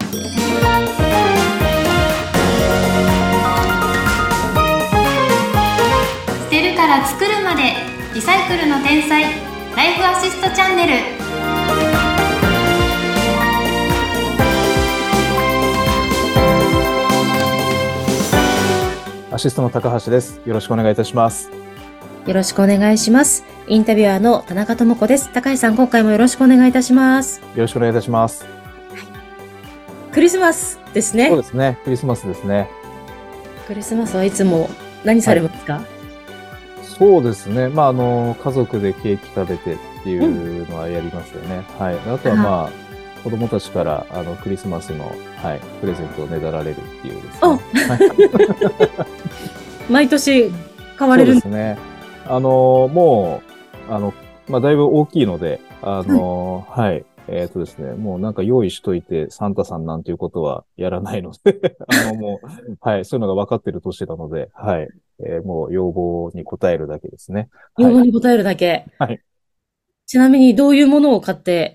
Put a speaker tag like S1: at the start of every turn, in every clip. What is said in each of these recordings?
S1: 捨てるから作るまで、リサイクルの天才、ライフアシストチャンネル。
S2: アシストの高橋です。よろしくお願いいたします。
S3: よろしくお願いします。インタビュアーの田中智子です。高橋さん、今回もよろしくお願いいたします。
S2: よろしくお願いいたします。
S3: クリスマスですね。
S2: そうですね。クリスマスですね。
S3: クリスマスはいつも何されますか？
S2: そうですね。家族でケーキ食べてっていうのはやりますよね。はい。あとは子供たちからクリスマスの、プレゼントをねだられるっていうですね。
S3: 毎年買われるんですね。
S2: そうですね。もう、だいぶ大きいので、ですね、もうなんか用意しといて、サンタさんなんていうことはやらないので、もう、そういうのが分かってる年なので、もう要望に応えるだけですね。
S3: 要望に応えるだけ。
S2: はい。
S3: ちなみにどういうものを買って？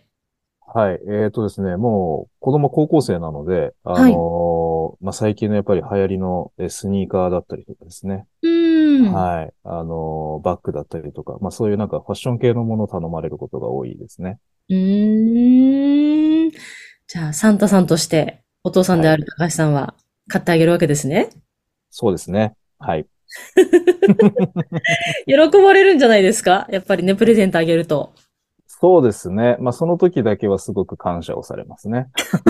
S2: はい。ですね、もう子供高校生なので、
S3: はい。
S2: 最近のやっぱり流行りのスニーカーだったりとかですね。はい。バッグだったりとか、そういうなんかファッション系のものを頼まれることが多いですね。
S3: じゃあ、サンタさんとして、お父さんで
S2: はい。
S3: ある高橋さんは買ってあげるわけですね。
S2: そうですね。はい。
S3: 喜ばれるんじゃないですか？やっぱりね、プレゼントあげると。
S2: そうですね。その時だけはすごく感謝をされますね。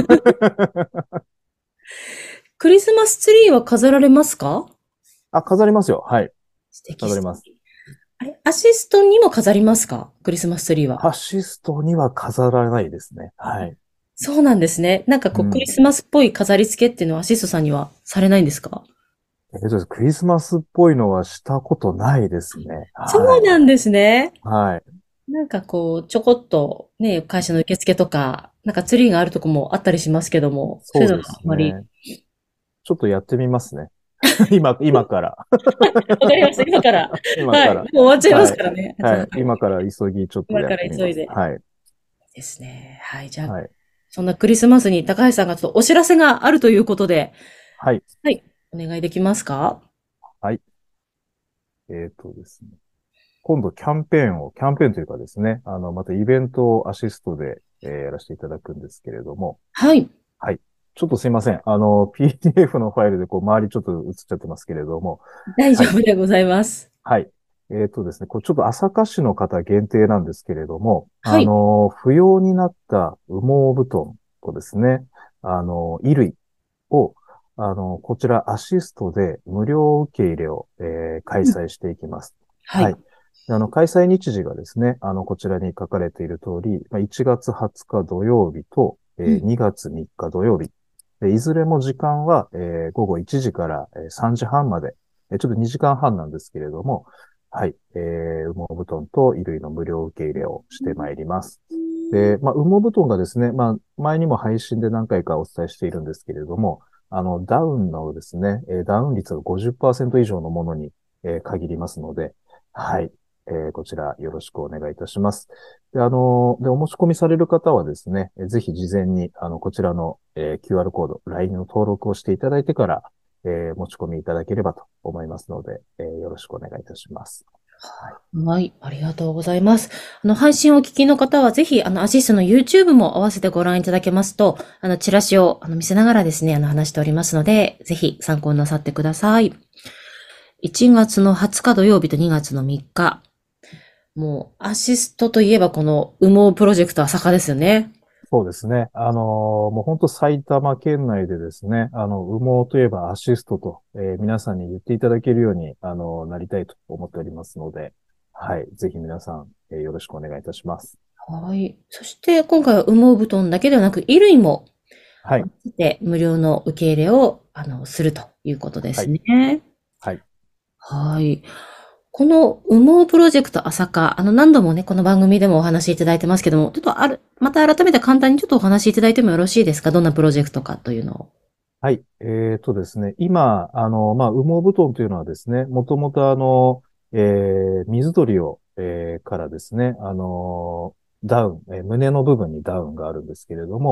S3: クリスマスツリーは飾られますか？
S2: あ、飾りますよ。はい。
S3: 素敵素敵。
S2: 飾ります。
S3: あれ、アシストにも飾りますか？クリスマスツリーは。
S2: アシストには飾らないですね。はい。
S3: そうなんですね。なんかこう、クリ
S2: うん。
S3: スマスっぽい飾り付けっていうのはアシストさんにはされないんですか？
S2: クリスマスっぽいのはしたことないですね。
S3: そう
S2: はい。
S3: なんですね。
S2: はい。
S3: なんかこう、ちょこっとね、会社の受付とか、なんかツリーがあるとこもあったりしますけども、そういうのは
S2: そうです
S3: あまり。
S2: ね。ちょっとやってみますね。今から。
S3: わかりました。今から。はい。も
S2: 今から。
S3: う終わっちゃいま
S2: はい。
S3: すからね。
S2: はい。今から急ぎちょっとやっ
S3: 今から
S2: てみます。
S3: 急いで。
S2: はい。
S3: ですね。はい。じゃあ、
S2: はい。
S3: そんなクリスマスに高橋さんがちょっとお知らせがあるということで、
S2: はい。
S3: はい。お願いできますか？
S2: はい。ですね。今度キャンペーンというかですね、またイベントをアシストで、やらせていただくんですけれども、
S3: はい。
S2: はい。ちょっとすいません。PDF のファイルで周りちょっと映っちゃってますけれども、
S3: 大丈
S2: はい。
S3: 夫でございます。
S2: はい。ですね、これちょっと朝霞市の方限定なんですけれども、
S3: はい。
S2: 不要になった羽毛布団とですね、衣類を、こちらアシストで無料受け入れを、開
S3: うん。
S2: 催していきます。
S3: はい。
S2: はい。で開催日時がですね、こちらに書かれている通り、1月20日土曜日と、
S3: うん。
S2: 2月3日土曜日。いずれも時間は、午後1時から3時半まで、ちょっと2時間半なんですけれども、はい、羽毛布団と衣類の無料受け入れをしてまいります。で、羽毛布団がですね、前にも配信で何回かお伝えしているんですけれども、ダウンのですね、ダウン率が50%以上のものに、限りますので、はい。こちらよろしくお願いいたします。で、お申し込みされる方はですね、ぜひ事前に、こちらの、QR コード、LINE の登録をしていただいてから、持ち込みいただければと思いますので、よろしくお願いいたします。はい。
S3: はい。ありがとうございます。配信をお聞きの方は、ぜひ、アシストの YouTube も合わせてご覧いただけますと、チラシを、見せながらですね、話しておりますので、ぜひ参考になさってください。1月の20日土曜日と2月の3日。もう、アシストといえばこの羽毛プロジェクト朝霞ですよね。
S2: そうですね。もう本当埼玉県内でですね、羽毛といえばアシストと、皆さんに言っていただけるように、なりたいと思っておりますので、はい。ぜひ皆さん、よろしくお願いいたします。
S3: はい。そして、今回は羽毛布団だけではなく、衣類も、
S2: はい。
S3: で無料の受け入れを、するということです
S2: はい。
S3: ね。
S2: はい。
S3: はい。この羽毛プロジェクト朝霞、何度もね、この番組でもお話しいただいてますけども、ちょっとまた改めて簡単にちょっとお話しいただいてもよろしいですか？どんなプロジェクトかというのを。
S2: はい。ですね、今、羽毛布団というのはですね、もともと水鳥を、からですね、ダウン、胸の部分にダウンがあるんですけれども、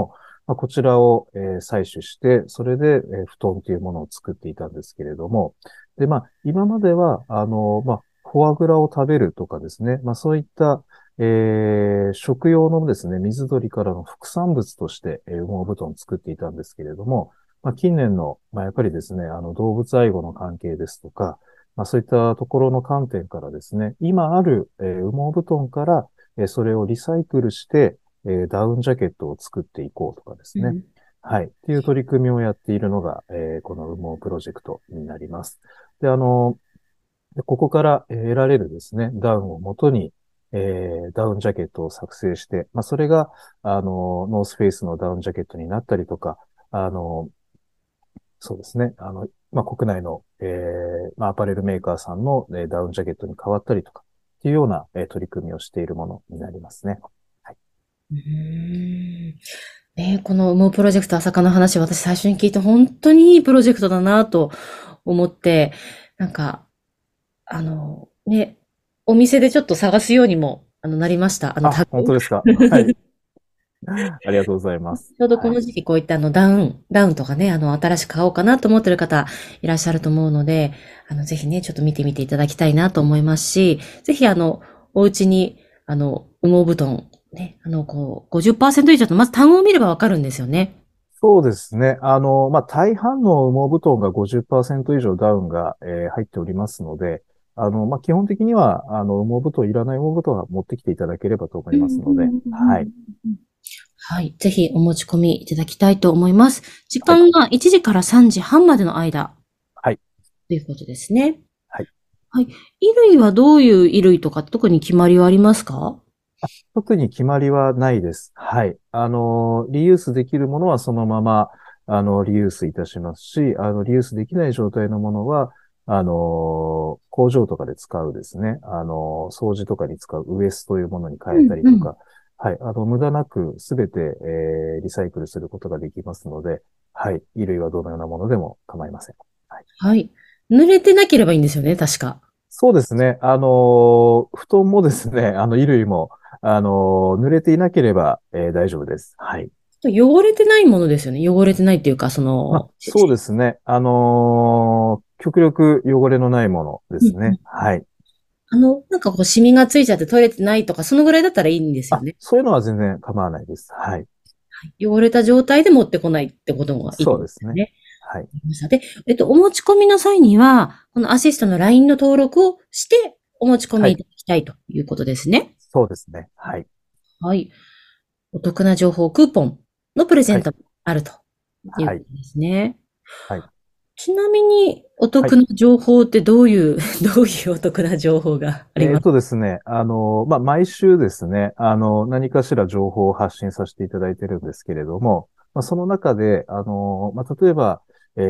S2: こちらを、採取して、それで、布団というものを作っていたんですけれども、で、今までは、フォアグラを食べるとかですね、そういった、食用のですね、水鳥からの副産物として、羽毛布団を作っていたんですけれども、近年の、やっぱりですね、動物愛護の関係ですとか、そういったところの観点からですね、今ある、羽毛布団から、それをリサイクルして、ダウンジャケットを作っていこうとかですね。はい。っていう取り組みをやっているのが、この羽毛プロジェクトになります。で、ここから得られるですね、ダウンをもとに、ダウンジャケットを作成して、それが、ノースフェイスのダウンジャケットになったりとか、そうですね、国内の、アパレルメーカーさんの、ダウンジャケットに変わったりとか、っていうような、取り組みをしているものになりますね。はい。
S3: この羽毛プロジェクト朝霞の話、私最初に聞いて本当にいいプロジェクトだなと思って、なんか、お店でちょっと探すようにも、なりました。
S2: 本当ですか。はい。ありがとうございます。
S3: ちょうどこの時期こういったダウンとかね、新しく買おうかなと思ってる方いらっしゃると思うので、ぜひね、ちょっと見てみていただきたいなと思いますし、ぜひお家に、羽毛布団、ね、50% 以上と、まず単語を見ればわかるんですよね。
S2: そうですね。大半の羽毛布団が50% 以上ダウンが、入っておりますので、基本的には、羽毛布団、いらない羽毛布団は持ってきていただければと思いますので、はい。
S3: はい。ぜひお持ち込みいただきたいと思います。時間が1時から3時半までの間。
S2: はい。
S3: ということですね。
S2: はい。
S3: はい。衣類はどういう衣類とか特に決まりはありますか？
S2: 特に決まりはないです。はい。リユースできるものはそのまま、リユースいたしますし、リユースできない状態のものは、工場とかで使うですね、掃除とかに使うウエスというものに変えたりとか、はい。無駄なくすべて、リサイクルすることができますので、はい。衣類はどのようなものでも構いません。
S3: はい。はい。濡れてなければいいんですよね、確か。
S2: そうですね。布団もですね、衣類も、濡れていなければ、大丈夫です。はい。
S3: 汚れてないものですよね。汚れてないっていうか、
S2: そうですね。極力汚れのないものですね。はい。
S3: シミがついちゃって取れてないとか、そのぐらいだったらいいんですよね。
S2: そういうのは全然構わないです。はい。
S3: 汚れた状態で持ってこないってことがいいですね。
S2: そうですね。はい。
S3: で、お持ち込みの際には、このアシストの LINE の登録をしてお持ち込みいただきたいということですね。
S2: そうですね。はい。
S3: はい。お得な情報クーポンのプレゼントもあるということですね。
S2: はい。
S3: ちなみに、お得な情報ってどういうお得な情報がありますか？
S2: ですね、毎週ですね、何かしら情報を発信させていただいてるんですけれども、その中で、例えば、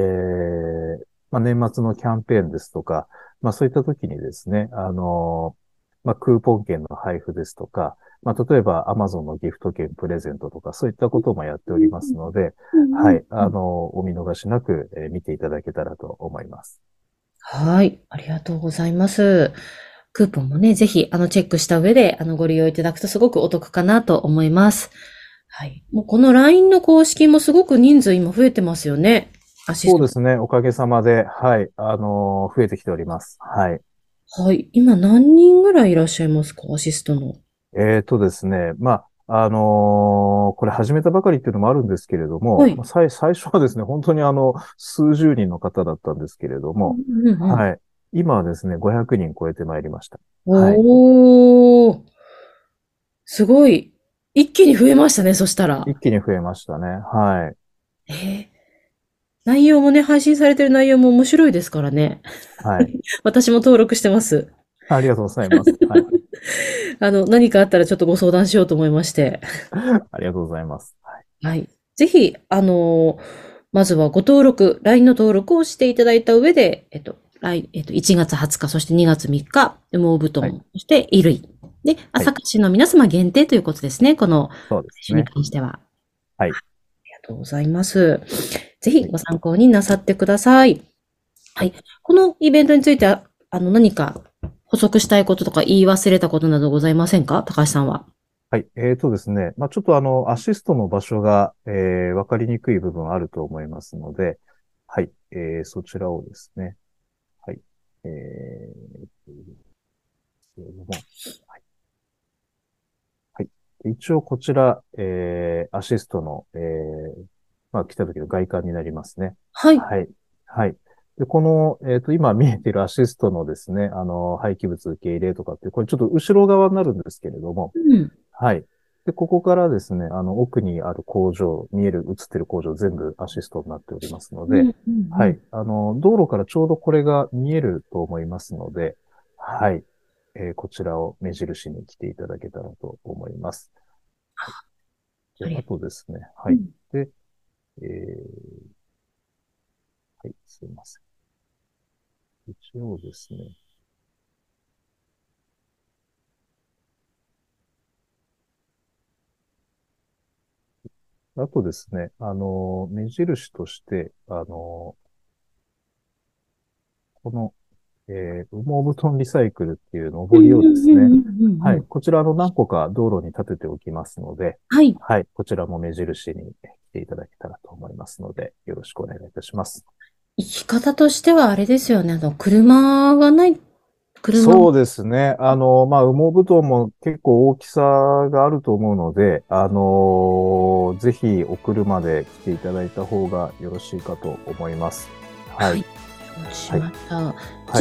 S2: 年末のキャンペーンですとか、そういった時にですね、クーポン券の配布ですとか、例えば Amazon のギフト券プレゼントとか、そういったこともやっておりますので、はい、お見逃しなく、見ていただけたらと思います。
S3: はい、ありがとうございます。クーポンもね、ぜひ、チェックした上で、ご利用いただくとすごくお得かなと思います。はい。もうこの LINE の公式もすごく人数今増えてますよね。
S2: そうですね。おかげさまで、はい、増えてきております。はい。
S3: はい。今何人ぐらいいらっしゃいますか？アシストの。
S2: ですね。これ始めたばかりっていうのもあるんですけれども、
S3: はい。
S2: 最初はですね、本当に数十人の方だったんですけれども、はい。今はですね、500人超えてまいりました。はい。
S3: おー。すごい。一気に増えましたね、そしたら。
S2: 一気に増えましたね。はい。
S3: 内容もね、配信されてる内容も面白いですからね。
S2: はい。
S3: 私も登録してます。
S2: ありがとうございます。はい。
S3: 何かあったらちょっとご相談しようと思いまして。
S2: ありがとうございます。はい。
S3: はい。ぜひ、まずはご登録、LINE の登録をしていただいた上で、1月20日、そして2月3日、羽毛布団、そして衣類。で、朝霞市の皆様限定ということですね。この、
S2: そうです
S3: ね。に関しては。
S2: はい。あり
S3: がとうございます。ぜひご参考になさってください。はい。このイベントについては、何か補足したいこととか言い忘れたことなどございませんか？高橋さんは。
S2: はい。ですね。ちょっとアシストの場所が、わかりにくい部分あると思いますので、はい。そちらをですね。はい。けれども、はい。はい。一応こちら、アシストの、来た時の外観になりますね。
S3: はい。
S2: はい。はい。で、この、今見えているアシストのですね、廃棄物受け入れとかって、これちょっと後ろ側になるんですけれども、
S3: うん。
S2: はい。で、ここからですね、奥にある工場、見える、映ってる工場全部アシストになっておりますので、
S3: うん。うん。うん。
S2: はい。道路からちょうどこれが見えると思いますので、はい。こちらを目印に来ていただけたらと思います。で、あ
S3: ありがと
S2: とですね、
S3: う。
S2: はい。
S3: うん。
S2: で、えーはい、すいません。一応ですね、あとですね、目印として、この、羽毛布団リサイクルっていう上りをですね、はい、こちら何個か道路に立てておきますので、
S3: はい。
S2: はい、こちらも目印に来ていただけたらと思いますので、よろしくお願いいたします。
S3: 生き方としてはあれですよね。車がない、車、
S2: そうですね。羽毛布団も結構大きさがあると思うので、ぜひお車で来ていただいた方がよろしいかと思います。はい。
S3: 承知し
S2: はい。
S3: ました。
S2: はい。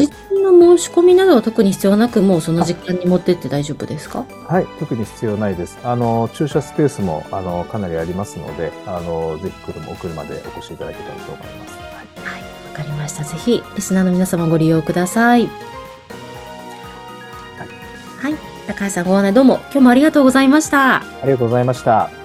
S3: 実際の申し込みなどは特に必要なく、もうその時間に持ってって大丈夫ですか？
S2: はい。特に必要ないです。駐車スペースも、かなりありますので、ぜひお車でお越しいただけたらと思います。
S3: はい。わかりました。ぜひ、リスナーの皆様ご利用ください。はい。高橋さんご案内どうも今日もありがとうございました。
S2: ありがとうございました。